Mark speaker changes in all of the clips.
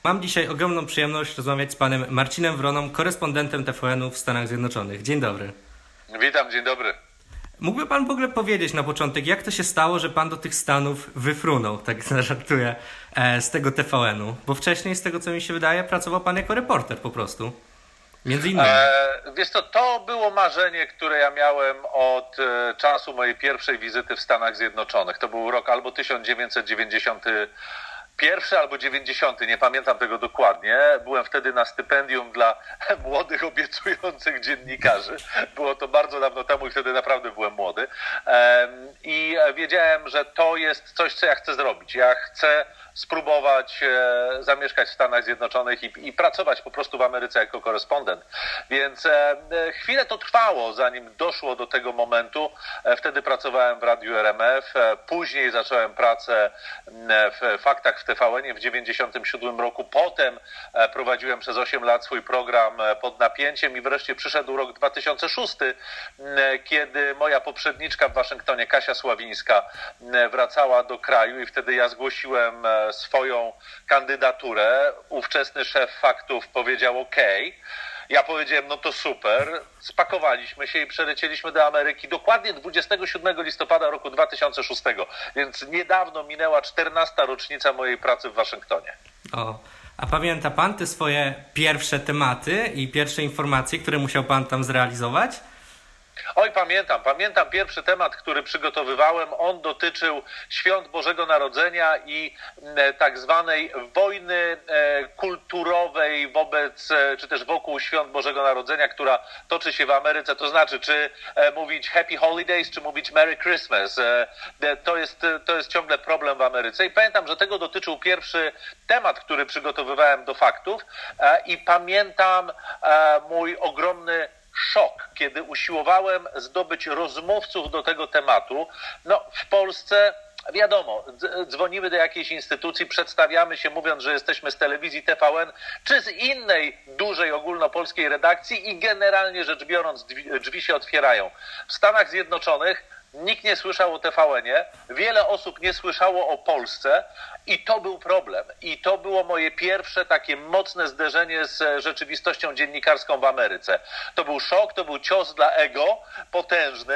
Speaker 1: Mam dzisiaj ogromną przyjemność rozmawiać z panem Marcinem Wroną, korespondentem TVN-u w Stanach Zjednoczonych. Dzień dobry.
Speaker 2: Witam, dzień dobry.
Speaker 1: Mógłby pan w ogóle powiedzieć na początek, jak to się stało, że pan do tych Stanów wyfrunął, tak żartuję, z tego TVN-u? Bo wcześniej, z tego co mi się wydaje, pracował pan jako reporter po prostu. Między innymi.
Speaker 2: Wiesz co, to było marzenie, które ja miałem od czasu mojej pierwszej wizyty w Stanach Zjednoczonych. To był rok albo 1991 albo 90, nie pamiętam tego dokładnie. Byłem wtedy na stypendium dla młodych, obiecujących dziennikarzy. Było to bardzo dawno temu i wtedy naprawdę byłem młody. I wiedziałem, że to jest coś, co ja chcę zrobić. Ja chcę spróbować zamieszkać w Stanach Zjednoczonych i pracować po prostu w Ameryce jako korespondent. Więc chwilę to trwało, zanim doszło do tego momentu. Wtedy pracowałem w Radiu RMF, później zacząłem pracę w Faktach w TVN-ie w 1997 roku. Potem prowadziłem przez 8 lat swój program Pod napięciem i wreszcie przyszedł rok 2006, kiedy moja poprzedniczka w Waszyngtonie, Kasia Sławińska, wracała do kraju i wtedy ja zgłosiłem swoją kandydaturę. Ówczesny szef Faktów powiedział OK. Ja powiedziałem, no to super. Spakowaliśmy się i przelecieliśmy do Ameryki dokładnie 27 listopada roku 2006. Więc niedawno minęła 14. rocznica mojej pracy w Waszyngtonie.
Speaker 1: O, a pamięta pan te swoje pierwsze tematy i pierwsze informacje, które musiał pan tam zrealizować?
Speaker 2: Oj, pamiętam pierwszy temat, który przygotowywałem. On dotyczył świąt Bożego Narodzenia i tak zwanej wojny kulturowej wobec, czy też wokół świąt Bożego Narodzenia, która toczy się w Ameryce. To znaczy, czy mówić Happy Holidays, czy mówić Merry Christmas. To jest ciągle problem w Ameryce. I pamiętam, że tego dotyczył pierwszy temat, który przygotowywałem do Faktów. I pamiętam mój ogromny szok, kiedy usiłowałem zdobyć rozmówców do tego tematu. No, w Polsce wiadomo, dzwonimy do jakiejś instytucji, przedstawiamy się mówiąc, że jesteśmy z telewizji TVN czy z innej dużej ogólnopolskiej redakcji i generalnie rzecz biorąc drzwi się otwierają. W Stanach Zjednoczonych nikt nie słyszał o TVN-ie, wiele osób nie słyszało o Polsce i to był problem. I to było moje pierwsze takie mocne zderzenie z rzeczywistością dziennikarską w Ameryce. To był szok, to był cios dla ego, potężny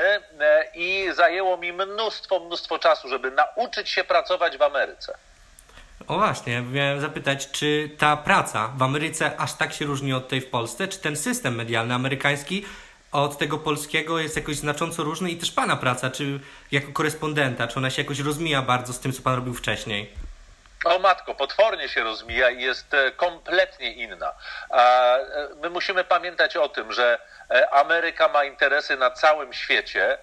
Speaker 2: i zajęło mi mnóstwo czasu, żeby nauczyć się pracować w Ameryce.
Speaker 1: O właśnie, miałem zapytać, czy ta praca w Ameryce aż tak się różni od tej w Polsce? Czy ten system medialny amerykański od tego polskiego jest jakoś znacząco różny i też pana praca, czy jako korespondenta, czy ona się jakoś rozmija bardzo z tym, co pan robił wcześniej?
Speaker 2: O matko, potwornie się rozmija i jest kompletnie inna. My musimy pamiętać o tym, że Ameryka ma interesy na całym świecie.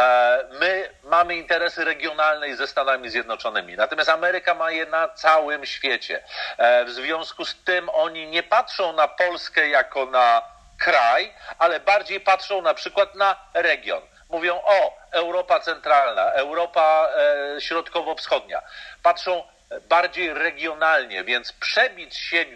Speaker 2: My mamy interesy regionalne ze Stanami Zjednoczonymi. Natomiast Ameryka ma je na całym świecie. W związku z tym oni nie patrzą na Polskę jako na kraj, ale bardziej patrzą na przykład na region. Mówią Europa Centralna, Europa Środkowo-Wschodnia. Patrzą bardziej regionalnie, więc przebić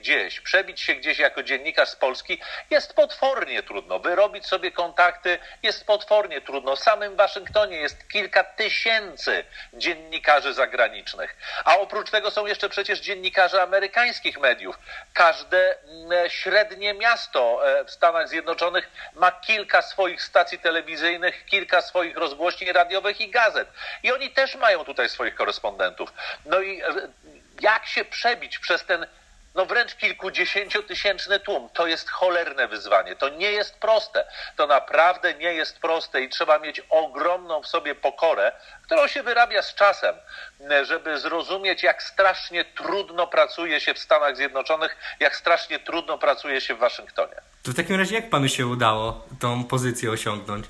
Speaker 2: się gdzieś jako dziennikarz z Polski jest potwornie trudno. Wyrobić sobie kontakty jest potwornie trudno. W samym Waszyngtonie jest kilka tysięcy dziennikarzy zagranicznych. A oprócz tego są jeszcze przecież dziennikarze amerykańskich mediów. Każde średnie miasto w Stanach Zjednoczonych ma kilka swoich stacji telewizyjnych, kilka swoich rozgłośni radiowych i gazet. I oni też mają tutaj swoich korespondentów. No i jak się przebić przez ten wręcz kilkudziesięciotysięczny tłum? To jest cholerne wyzwanie. To nie jest proste. To naprawdę nie jest proste i trzeba mieć ogromną w sobie pokorę, którą się wyrabia z czasem, żeby zrozumieć, jak strasznie trudno pracuje się w Stanach Zjednoczonych, jak strasznie trudno pracuje się w Waszyngtonie.
Speaker 1: To w takim razie jak panu się udało tą pozycję osiągnąć?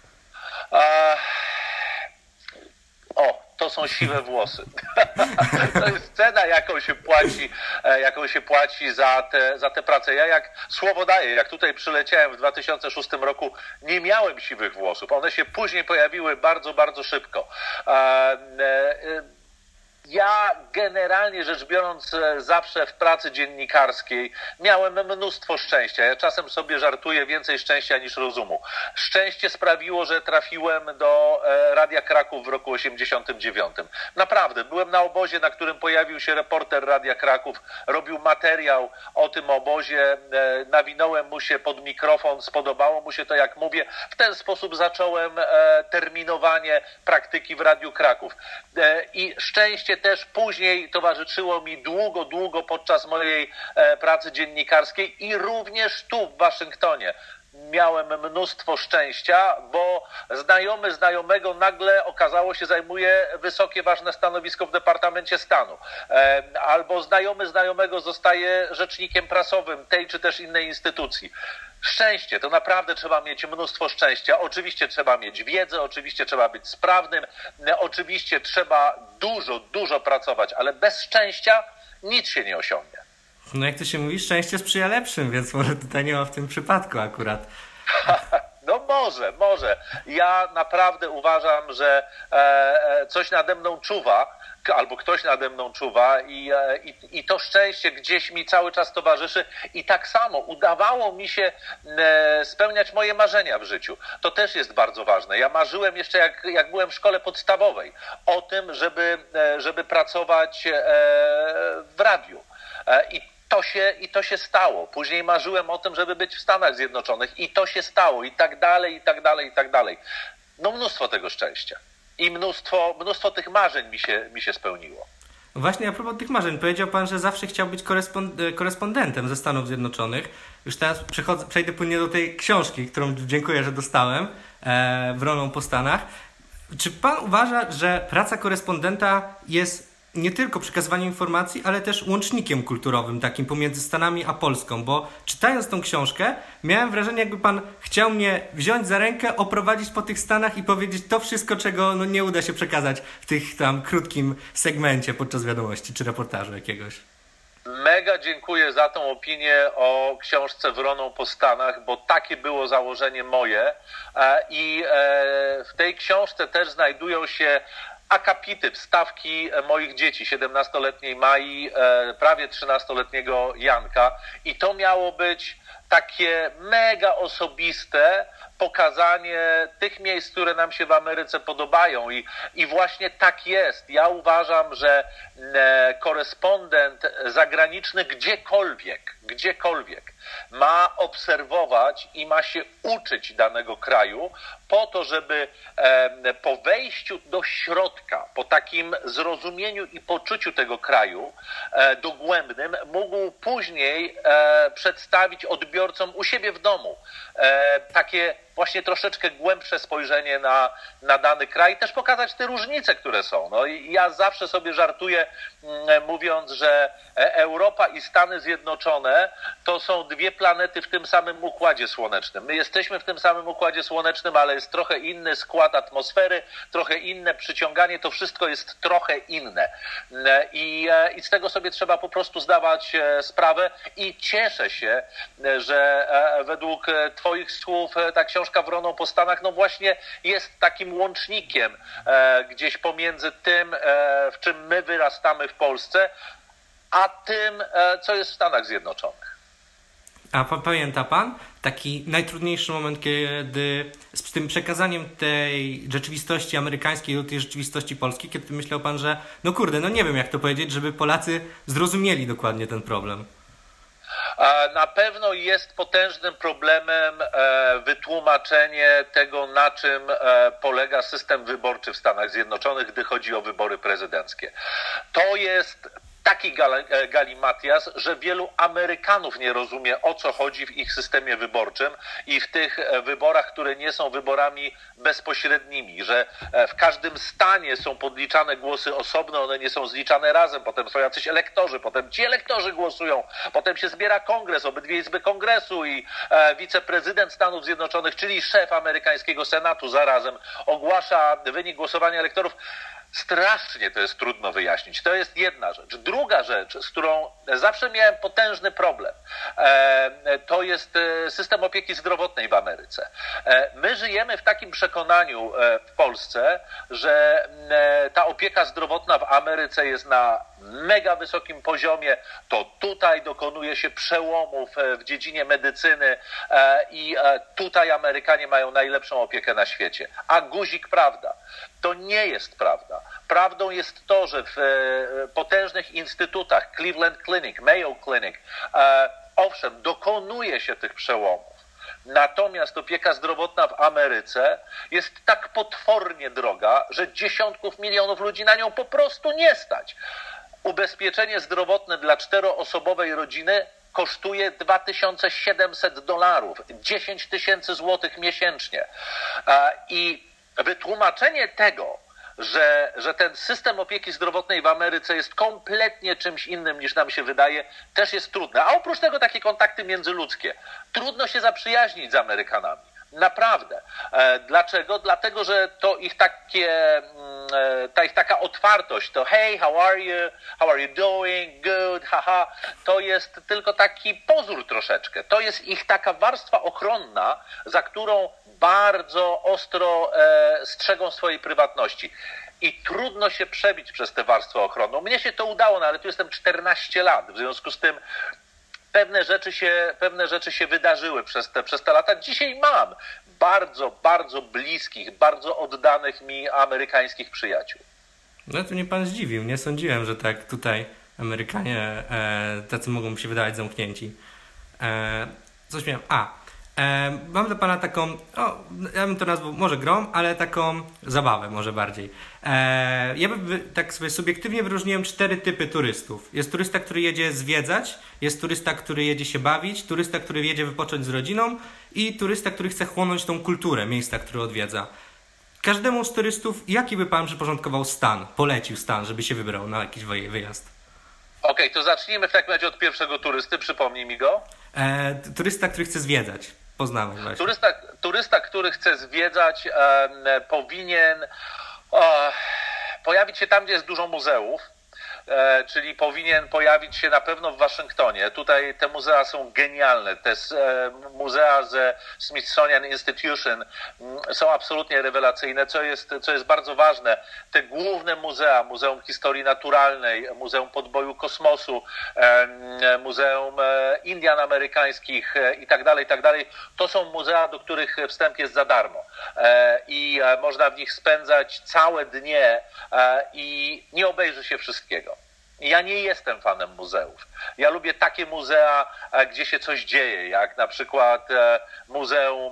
Speaker 2: To są siwe włosy. To jest cena, jaką się płaci za tę pracę. Ja jak słowo daję, jak tutaj przyleciałem w 2006 roku, nie miałem siwych włosów. One się później pojawiły bardzo szybko. Ja generalnie rzecz biorąc zawsze w pracy dziennikarskiej miałem mnóstwo szczęścia. Ja czasem sobie żartuję, więcej szczęścia niż rozumu. Szczęście sprawiło, że trafiłem do Radia Kraków w roku 89. Naprawdę, byłem na obozie, na którym pojawił się reporter Radia Kraków, robił materiał o tym obozie, nawinąłem mu się pod mikrofon, spodobało mu się to, jak mówię. W ten sposób zacząłem terminowanie praktyki w Radiu Kraków. I szczęście też później towarzyszyło mi długo podczas mojej pracy dziennikarskiej i również tu w Waszyngtonie. Miałem mnóstwo szczęścia, bo znajomy znajomego nagle okazało się zajmuje wysokie, ważne stanowisko w Departamencie Stanu. Albo znajomy znajomego zostaje rzecznikiem prasowym tej czy też innej instytucji. Szczęście, to naprawdę trzeba mieć mnóstwo szczęścia. Oczywiście trzeba mieć wiedzę, oczywiście trzeba być sprawnym, oczywiście trzeba dużo pracować, ale bez szczęścia nic się nie osiągnie.
Speaker 1: No jak to się mówi, szczęście sprzyja lepszym, więc może tutaj nie ma w tym przypadku akurat.
Speaker 2: No może. Ja naprawdę uważam, że coś nade mną czuwa, albo ktoś nade mną czuwa i to szczęście gdzieś mi cały czas towarzyszy i tak samo udawało mi się spełniać moje marzenia w życiu. To też jest bardzo ważne. Ja marzyłem jeszcze jak byłem w szkole podstawowej o tym, żeby pracować w radiu. I to się stało. Później marzyłem o tym, żeby być w Stanach Zjednoczonych i to się stało i tak dalej. No mnóstwo tego szczęścia. I mnóstwo tych marzeń mi się spełniło.
Speaker 1: Właśnie a propos tych marzeń, powiedział pan, że zawsze chciał być korespondentem ze Stanów Zjednoczonych. Już teraz przejdę płynnie do tej książki, którą dziękuję, że dostałem, Wroną po Stanach. Czy pan uważa, że praca korespondenta jest nie tylko przekazywaniem informacji, ale też łącznikiem kulturowym takim pomiędzy Stanami a Polską? Bo czytając tą książkę miałem wrażenie, jakby pan chciał mnie wziąć za rękę, oprowadzić po tych Stanach i powiedzieć to wszystko, czego nie uda się przekazać w tych tam krótkim segmencie podczas wiadomości czy reportażu jakiegoś.
Speaker 2: Mega dziękuję za tą opinię o książce Wroną po Stanach, bo takie było założenie moje i w tej książce też znajdują się akapity, wstawki moich dzieci, 17-letniej Mai, prawie 13-letniego Janka i to miało być takie mega osobiste pokazanie tych miejsc, które nam się w Ameryce podobają i właśnie tak jest. Ja uważam, że korespondent zagraniczny gdziekolwiek ma obserwować i ma się uczyć danego kraju po to, żeby po wejściu do środka, po takim zrozumieniu i poczuciu tego kraju dogłębnym mógł później przedstawić odbiorcom u siebie w domu takie właśnie troszeczkę głębsze spojrzenie na dany kraj, też pokazać te różnice, które są. No i ja zawsze sobie żartuję, mówiąc, że Europa i Stany Zjednoczone to są dwie planety w tym samym Układzie Słonecznym. My jesteśmy w tym samym Układzie Słonecznym, ale jest trochę inny skład atmosfery, trochę inne przyciąganie, to wszystko jest trochę inne. I z tego sobie trzeba po prostu zdawać sprawę i cieszę się, że według twoich słów ta książka Wroną po Stanach no właśnie jest takim łącznikiem gdzieś pomiędzy tym, w czym my wyrastamy w Polsce, a tym, co jest w Stanach Zjednoczonych.
Speaker 1: A pamięta pan taki najtrudniejszy moment, kiedy z tym przekazaniem tej rzeczywistości amerykańskiej do tej rzeczywistości polskiej, kiedy myślał pan, że no kurde, no nie wiem jak to powiedzieć, żeby Polacy zrozumieli dokładnie ten problem?
Speaker 2: Na pewno jest potężnym problemem wytłumaczenie tego, na czym polega system wyborczy w Stanach Zjednoczonych, gdy chodzi o wybory prezydenckie. To jest taki galimatias, że wielu Amerykanów nie rozumie, o co chodzi w ich systemie wyborczym i w tych wyborach, które nie są wyborami bezpośrednimi, że w każdym stanie są podliczane głosy osobno, one nie są zliczane razem, potem są jacyś elektorzy, potem ci elektorzy głosują, potem się zbiera kongres, obydwie izby kongresu i wiceprezydent Stanów Zjednoczonych, czyli szef amerykańskiego Senatu zarazem ogłasza wynik głosowania elektorów. Strasznie to jest trudno wyjaśnić. To jest jedna rzecz. Druga rzecz, z którą zawsze miałem potężny problem, to jest system opieki zdrowotnej w Ameryce. My żyjemy w takim przekonaniu w Polsce, że ta opieka zdrowotna w Ameryce jest na mega wysokim poziomie, to tutaj dokonuje się przełomów w dziedzinie medycyny i tutaj Amerykanie mają najlepszą opiekę na świecie. A guzik prawda. To nie jest prawda. Prawdą jest to, że w potężnych instytutach, Cleveland Clinic, Mayo Clinic, owszem, dokonuje się tych przełomów. Natomiast opieka zdrowotna w Ameryce jest tak potwornie droga, że dziesiątków milionów ludzi na nią po prostu nie stać. Ubezpieczenie zdrowotne dla 4-osobowej rodziny kosztuje $2700, 10 000 złotych miesięcznie. I wytłumaczenie tego, że ten system opieki zdrowotnej w Ameryce jest kompletnie czymś innym niż nam się wydaje, też jest trudne. A oprócz tego takie kontakty międzyludzkie. Trudno się zaprzyjaźnić z Amerykanami. Naprawdę. Dlaczego? Dlatego, że to ich ta ich taka otwartość, to hey, how are you doing, good, haha, to jest tylko taki pozór troszeczkę. To jest ich taka warstwa ochronna, za którą bardzo ostro strzegą swojej prywatności. I trudno się przebić przez tę warstwę ochronną. Mnie się to udało, no ale tu jestem 14 lat, w związku z tym pewne rzeczy się wydarzyły przez te lata. Dzisiaj mam bardzo, bardzo bliskich, bardzo oddanych mi amerykańskich przyjaciół.
Speaker 1: No to mnie pan zdziwił. Nie sądziłem, że tak tutaj Amerykanie tacy mogą mi się wydawać zamknięci. Coś miałem. Mam dla pana taką, ja bym to nazwał może grą, ale taką zabawę może bardziej. Ja bym tak sobie subiektywnie wyróżniłem 4 typy turystów. Jest turysta, który jedzie zwiedzać, jest turysta, który jedzie się bawić, turysta, który jedzie wypocząć z rodziną i turysta, który chce chłonąć tą kulturę miejsca, który odwiedza. Każdemu z turystów, jaki by pan przyporządkował stan, polecił stan, żeby się wybrał na jakiś wyjazd?
Speaker 2: Okej, to zacznijmy w takim razie od pierwszego turysty, przypomnij mi go.
Speaker 1: Turysta, który chce zwiedzać. Poznawać właśnie.
Speaker 2: Turysta, który chce zwiedzać, powinien pojawić się tam, gdzie jest dużo muzeów, czyli powinien pojawić się na pewno w Waszyngtonie. Tutaj te muzea są genialne. Te muzea ze Smithsonian Institution są absolutnie rewelacyjne, co jest bardzo ważne. Te główne muzea, Muzeum Historii Naturalnej, Muzeum Podboju Kosmosu, Muzeum Indian Amerykańskich i tak dalej, to są muzea, do których wstęp jest za darmo. I można w nich spędzać całe dnie i nie obejrzy się wszystkiego. Ja nie jestem fanem muzeów. Ja lubię takie muzea, gdzie się coś dzieje, jak na przykład muzeum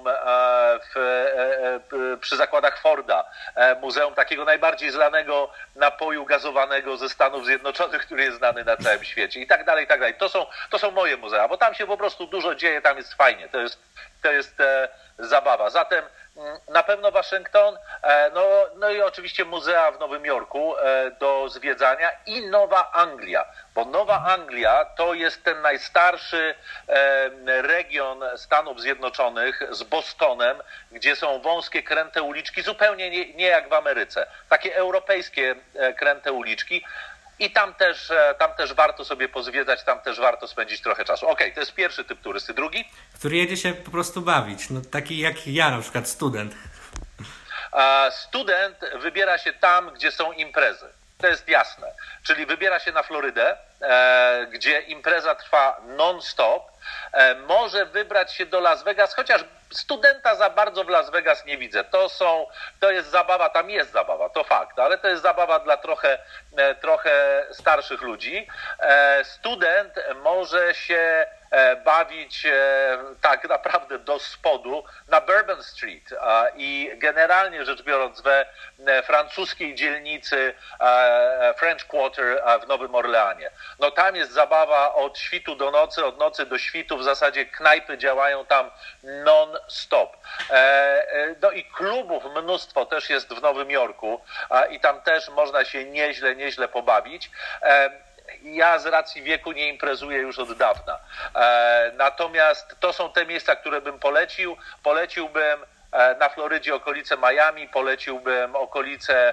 Speaker 2: przy zakładach Forda, muzeum takiego najbardziej znanego napoju gazowanego ze Stanów Zjednoczonych, który jest znany na całym świecie i tak dalej, i tak dalej. To są moje muzea, bo tam się po prostu dużo dzieje, tam jest fajnie, to jest zabawa. Zatem na pewno Waszyngton, no i oczywiście muzea w Nowym Jorku do zwiedzania i Nowa Anglia, bo Nowa Anglia to jest ten najstarszy region Stanów Zjednoczonych z Bostonem, gdzie są wąskie, kręte uliczki, zupełnie nie jak w Ameryce, takie europejskie kręte uliczki. I tam też warto sobie pozwiedzać, tam też warto spędzić trochę czasu. Okej, to jest pierwszy typ turysty. Drugi?
Speaker 1: Który jedzie się po prostu bawić. No, taki jak ja, na przykład student.
Speaker 2: Student wybiera się tam, gdzie są imprezy. To jest jasne. Czyli wybiera się na Florydę, gdzie impreza trwa non-stop. Może wybrać się do Las Vegas, chociaż studenta za bardzo w Las Vegas nie widzę. To jest zabawa, tam jest zabawa, to fakt, ale to jest zabawa dla trochę starszych ludzi. Student może się bawić tak naprawdę do spodu na Bourbon Street i generalnie rzecz biorąc we francuskiej dzielnicy French Quarter w Nowym Orleanie. No tam jest zabawa od świtu do nocy, od nocy do świtu, w zasadzie knajpy działają tam non-stop. No i klubów mnóstwo też jest w Nowym Jorku i tam też można się nieźle pobawić. Ja z racji wieku nie imprezuję już od dawna. Natomiast to są te miejsca, które bym polecił. Poleciłbym na Florydzie okolice Miami, poleciłbym okolice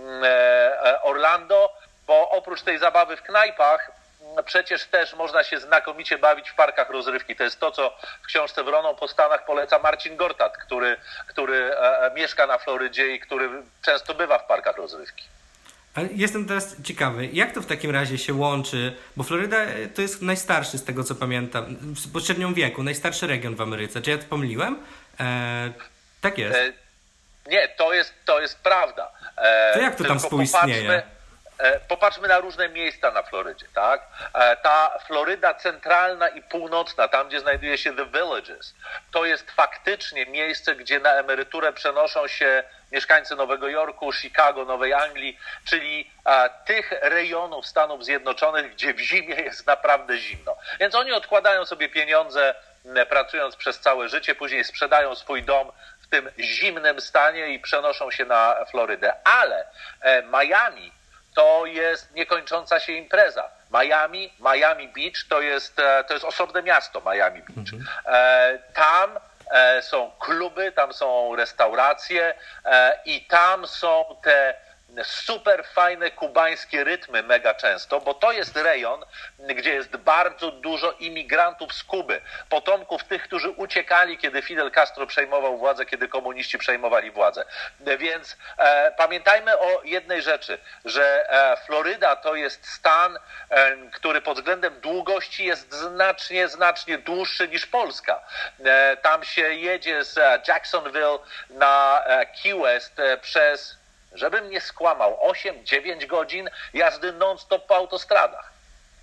Speaker 2: Orlando, bo oprócz tej zabawy w knajpach przecież też można się znakomicie bawić w parkach rozrywki. To jest to, co w książce Wroną po Stanach poleca Marcin Gortat, który mieszka na Florydzie i który często bywa w parkach rozrywki.
Speaker 1: Ale jestem teraz ciekawy, jak to w takim razie się łączy, bo Floryda to jest najstarszy, z tego co pamiętam, w średnią wieku, najstarszy region w Ameryce. Czy ja to pomyliłem? Tak jest.
Speaker 2: Nie, to jest prawda.
Speaker 1: To jak to tam współistnieje?
Speaker 2: Popatrzmy na różne miejsca na Florydzie, tak? Ta Floryda centralna i północna, tam gdzie znajduje się The Villages, to jest faktycznie miejsce, gdzie na emeryturę przenoszą się mieszkańcy Nowego Jorku, Chicago, Nowej Anglii, czyli tych rejonów Stanów Zjednoczonych, gdzie w zimie jest naprawdę zimno. Więc oni odkładają sobie pieniądze, pracując przez całe życie, później sprzedają swój dom w tym zimnym stanie i przenoszą się na Florydę. Ale Miami to jest niekończąca się impreza. Miami Beach to jest osobne miasto, Miami Beach. Tam są kluby, tam są restauracje i tam są te super fajne kubańskie rytmy mega często, bo to jest rejon, gdzie jest bardzo dużo imigrantów z Kuby, potomków tych, którzy uciekali, kiedy Fidel Castro przejmował władzę, kiedy komuniści przejmowali władzę. Więc pamiętajmy o jednej rzeczy, że Floryda to jest stan, który pod względem długości jest znacznie dłuższy niż Polska. Tam się jedzie z Jacksonville na Key West przez, żebym nie skłamał, 8-9 godzin jazdy non-stop po autostradach.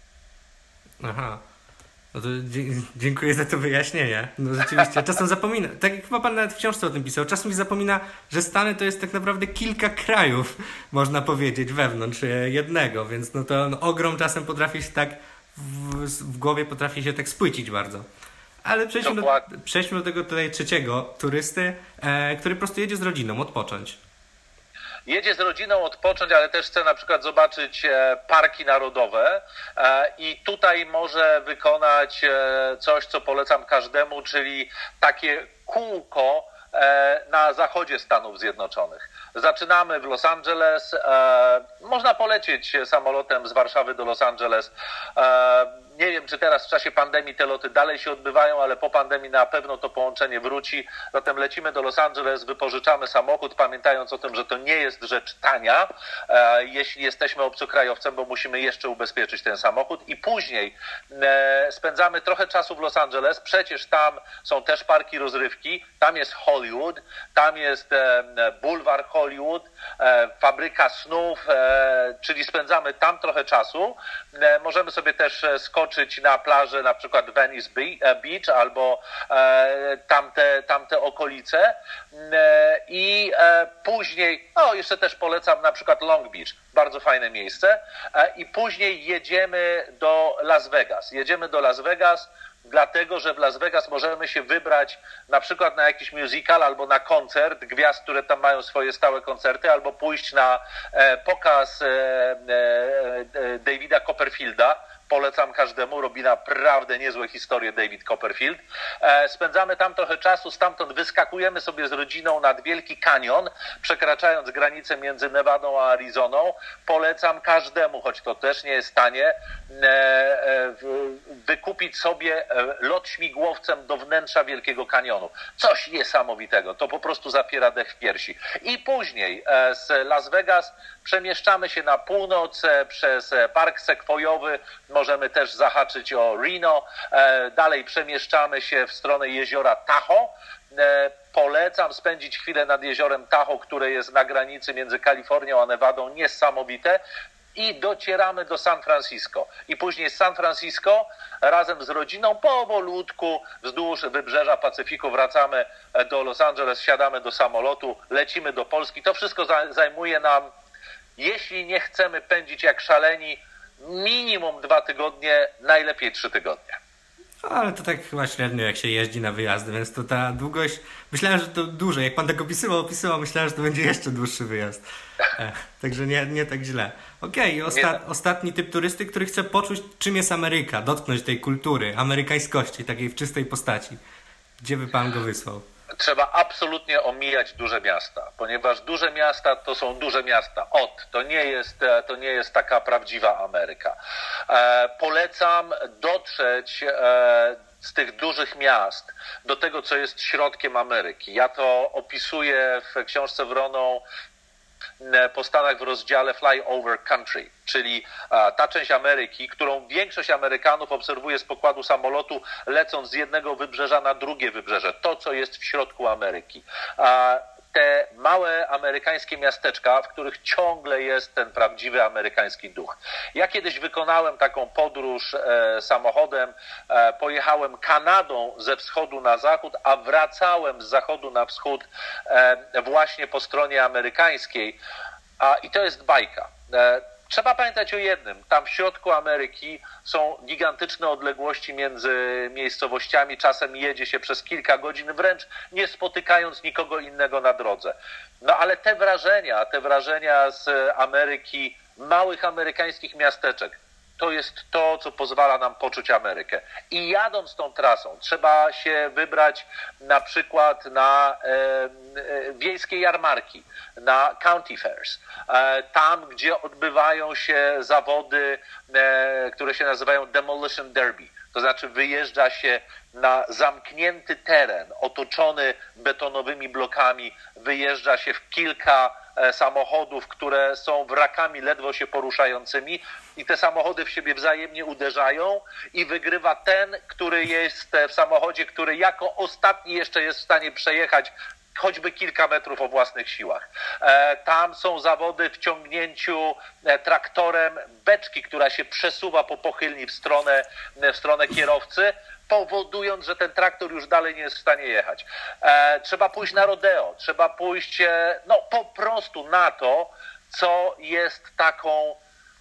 Speaker 1: Aha. No to dziękuję za to wyjaśnienie. No rzeczywiście, czasem zapomina, tak jak chyba pan nawet w książce o tym pisał, czasem się zapomina, że Stany to jest tak naprawdę kilka krajów, można powiedzieć, wewnątrz jednego, więc no to ogrom czasem potrafi się tak w głowie potrafi się tak spłycić bardzo. Ale przejdźmy do tego tutaj trzeciego turysty, który po prostu jedzie z rodziną odpocząć.
Speaker 2: Jedzie z rodziną odpocząć, ale też chce na przykład zobaczyć parki narodowe i tutaj może wykonać coś, co polecam każdemu, czyli takie kółko na zachodzie Stanów Zjednoczonych. Zaczynamy w Los Angeles, można polecieć samolotem z Warszawy do Los Angeles. Nie wiem, czy teraz w czasie pandemii te loty dalej się odbywają, ale po pandemii na pewno to połączenie wróci. Zatem lecimy do Los Angeles, wypożyczamy samochód, pamiętając o tym, że to nie jest rzecz tania, jeśli jesteśmy obcokrajowcem, bo musimy jeszcze ubezpieczyć ten samochód. I później spędzamy trochę czasu w Los Angeles. Przecież tam są też parki rozrywki. Tam jest Hollywood, tam jest bulwar Hollywood, fabryka snów, czyli spędzamy tam trochę czasu. Możemy sobie też skoczyć na plażę, na przykład Venice Beach albo tamte okolice i później, jeszcze też polecam na przykład Long Beach, bardzo fajne miejsce, i później jedziemy do Las Vegas. Dlatego, że w Las Vegas możemy się wybrać na przykład na jakiś musical albo na koncert gwiazd, które tam mają swoje stałe koncerty, albo pójść na pokaz Davida Copperfielda. Polecam każdemu, robi naprawdę niezłe historie David Copperfield. Spędzamy tam trochę czasu, stamtąd wyskakujemy sobie z rodziną nad Wielki Kanion, przekraczając granicę między Nevadą a Arizoną. Polecam każdemu, choć to też nie jest tanie, wykupić sobie lot śmigłowcem do wnętrza Wielkiego Kanionu. Coś niesamowitego, to po prostu zapiera dech w piersi. I później z Las Vegas przemieszczamy się na północ przez Park Sekwojowy, możemy też zahaczyć o Reno, dalej przemieszczamy się w stronę jeziora Tahoe. Polecam spędzić chwilę nad jeziorem Tahoe, które jest na granicy między Kalifornią a Nevadą, niesamowite. I docieramy do San Francisco. I później z San Francisco razem z rodziną powolutku wzdłuż wybrzeża Pacyfiku wracamy do Los Angeles, siadamy do samolotu, lecimy do Polski. To wszystko zajmuje nam, jeśli nie chcemy pędzić jak szaleni, minimum 2 tygodnie, najlepiej 3 tygodnie.
Speaker 1: Ale to tak chyba średnio, jak się jeździ na wyjazdy, więc to ta długość, myślałem, że to dłużej. Jak pan tak opisywał, myślałem, że to będzie jeszcze dłuższy wyjazd. Także nie tak źle. Okej, ostatni typ turysty, który chce poczuć, czym jest Ameryka, dotknąć tej kultury, amerykańskości, takiej w czystej postaci. Gdzie by pan go wysłał?
Speaker 2: Trzeba absolutnie omijać duże miasta, ponieważ duże miasta to są duże miasta. To nie jest taka prawdziwa Ameryka. Polecam dotrzeć z tych dużych miast do tego, co jest środkiem Ameryki. Ja to opisuję w książce Wroną po Stanach w rozdziale Flyover Country, czyli ta część Ameryki, którą większość Amerykanów obserwuje z pokładu samolotu, lecąc z jednego wybrzeża na drugie wybrzeże. To, co jest w środku Ameryki. Te małe amerykańskie miasteczka, w których ciągle jest ten prawdziwy amerykański duch. Ja kiedyś wykonałem taką podróż samochodem, pojechałem Kanadą ze wschodu na zachód, a wracałem z zachodu na wschód właśnie po stronie amerykańskiej. I to jest bajka. Trzeba pamiętać o jednym. Tam w środku Ameryki są gigantyczne odległości między miejscowościami. Czasem jedzie się przez kilka godzin, wręcz nie spotykając nikogo innego na drodze. No ale te wrażenia z Ameryki, małych amerykańskich miasteczek, to jest to, co pozwala nam poczuć Amerykę. I jadąc tą trasą, trzeba się wybrać na przykład na wiejskie jarmarki, na county fairs. Tam, gdzie odbywają się zawody, które się nazywają Demolition Derby. To znaczy wyjeżdża się na zamknięty teren, otoczony betonowymi blokami, wyjeżdża się w kilka samochodów, które są wrakami ledwo się poruszającymi i te samochody w siebie wzajemnie uderzają i wygrywa ten, który jest w samochodzie, który jako ostatni jeszcze jest w stanie przejechać choćby kilka metrów o własnych siłach. Tam są zawody w ciągnięciu traktorem beczki, która się przesuwa po pochylni w stronę kierowcy, powodując, że ten traktor już dalej nie jest w stanie jechać. Trzeba pójść na rodeo, trzeba pójść po prostu na to, co jest taką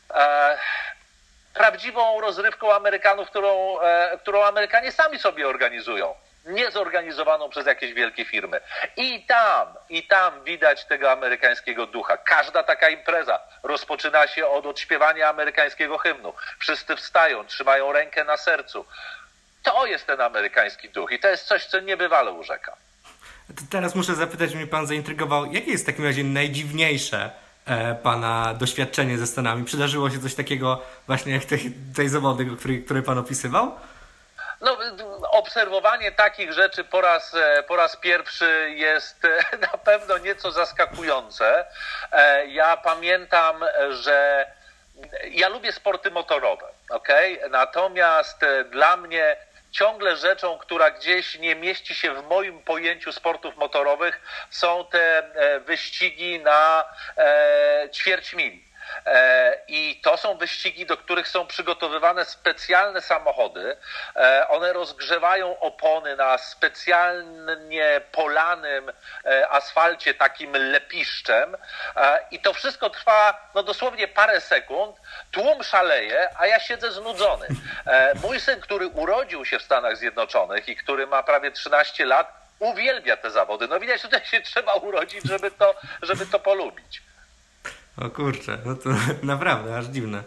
Speaker 2: prawdziwą rozrywką Amerykanów, którą Amerykanie sami sobie organizują. Nie zorganizowaną przez jakieś wielkie firmy. I tam widać tego amerykańskiego ducha. Każda taka impreza rozpoczyna się od odśpiewania amerykańskiego hymnu. Wszyscy wstają, trzymają rękę na sercu. To jest ten amerykański duch i to jest coś, co niebywale urzeka.
Speaker 1: To teraz muszę zapytać, mnie pan zaintrygował, jakie jest w takim razie najdziwniejsze pana doświadczenie ze Stanami? Przydarzyło się coś takiego właśnie jak tej zawody, które pan opisywał?
Speaker 2: No, obserwowanie takich rzeczy po raz pierwszy jest na pewno nieco zaskakujące. Ja pamiętam, że ja lubię sporty motorowe, okej? Natomiast dla mnie ciągle rzeczą, która gdzieś nie mieści się w moim pojęciu sportów motorowych, są te wyścigi na ćwierć mili. I to są wyścigi, do których są przygotowywane specjalne samochody. One rozgrzewają opony na specjalnie polanym asfalcie, takim lepiszczem. I to wszystko trwa dosłownie parę sekund. Tłum szaleje, a ja siedzę znudzony. Mój syn, który urodził się w Stanach Zjednoczonych i który ma prawie 13 lat, uwielbia te zawody. No widać, tutaj się trzeba urodzić, żeby to polubić.
Speaker 1: O kurczę, no to naprawdę aż dziwne.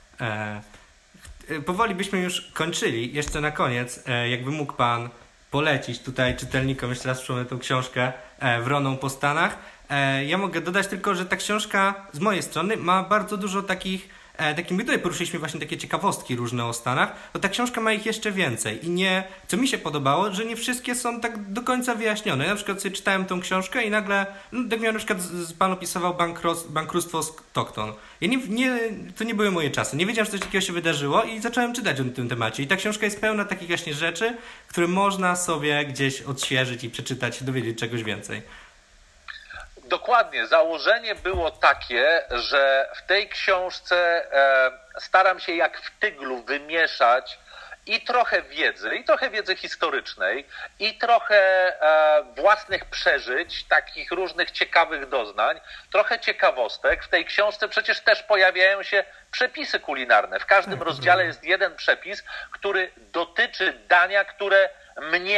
Speaker 1: Powoli byśmy już kończyli. Jeszcze na koniec, jakby mógł pan polecić tutaj czytelnikom, jeszcze raz przypomnę tą książkę Wroną po Stanach. Ja mogę dodać tylko, że ta książka z mojej strony ma bardzo dużo takich, my tutaj poruszyliśmy właśnie takie ciekawostki różne o Stanach, to ta książka ma ich jeszcze więcej i co mi się podobało, że nie wszystkie są tak do końca wyjaśnione. Ja na przykład sobie czytałem tą książkę i nagle, tak miałem na przykład, pan opisywał bankructwo Stockton. To nie były moje czasy. Nie wiedziałem, że coś takiego się wydarzyło i zacząłem czytać o tym temacie. I ta książka jest pełna takich właśnie rzeczy, które można sobie gdzieś odświeżyć i przeczytać, dowiedzieć czegoś więcej.
Speaker 2: Dokładnie. Założenie było takie, że w tej książce staram się jak w tyglu wymieszać i trochę wiedzy historycznej, i trochę własnych przeżyć, takich różnych ciekawych doznań, trochę ciekawostek. W tej książce przecież też pojawiają się przepisy kulinarne. W każdym rozdziale jest jeden przepis, który dotyczy dania, które mnie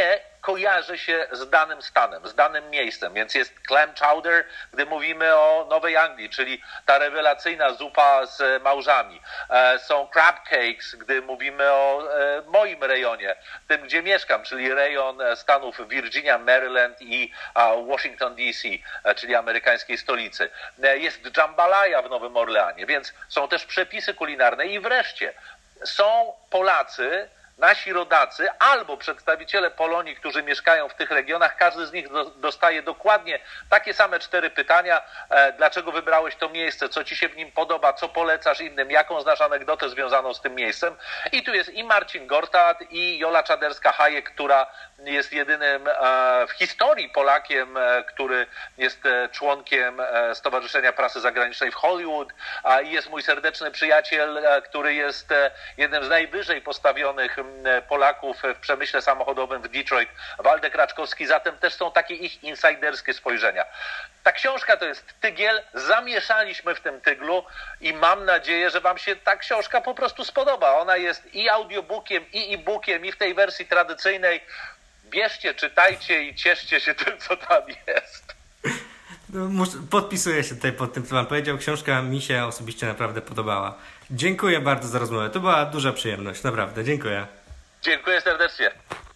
Speaker 2: kojarzy się z danym stanem, z danym miejscem, więc jest clam chowder, gdy mówimy o Nowej Anglii, czyli ta rewelacyjna zupa z małżami. Są crab cakes, gdy mówimy o moim rejonie, tym gdzie mieszkam, czyli rejon stanów Virginia, Maryland i Washington DC, czyli amerykańskiej stolicy. Jest jambalaya w Nowym Orleanie, więc są też przepisy kulinarne i wreszcie są Polacy, nasi rodacy albo przedstawiciele Polonii, którzy mieszkają w tych regionach, każdy z nich dostaje dokładnie takie same 4 pytania. Dlaczego wybrałeś to miejsce? Co ci się w nim podoba? Co polecasz innym? Jaką znasz anegdotę związaną z tym miejscem? I tu jest i Marcin Gortat, i Jola Czaderska-Hajek, która jest jedynym w historii Polakiem, który jest członkiem Stowarzyszenia Prasy Zagranicznej w Hollywood. I jest mój serdeczny przyjaciel, który jest jednym z najwyżej postawionych Polaków w przemyśle samochodowym w Detroit, Waldek Raczkowski, zatem też są takie ich insiderskie spojrzenia. Ta książka to jest tygiel, zamieszaliśmy w tym tyglu i mam nadzieję, że wam się ta książka po prostu spodoba. Ona jest i audiobookiem, i e-bookiem, i w tej wersji tradycyjnej. Bierzcie, czytajcie i cieszcie się tym, co tam jest.
Speaker 1: No, podpisuję się tutaj pod tym, co pan powiedział. Książka mi się osobiście naprawdę podobała. Dziękuję bardzo za rozmowę. To była duża przyjemność, naprawdę. Dziękuję.
Speaker 2: Dziękuję serdecznie.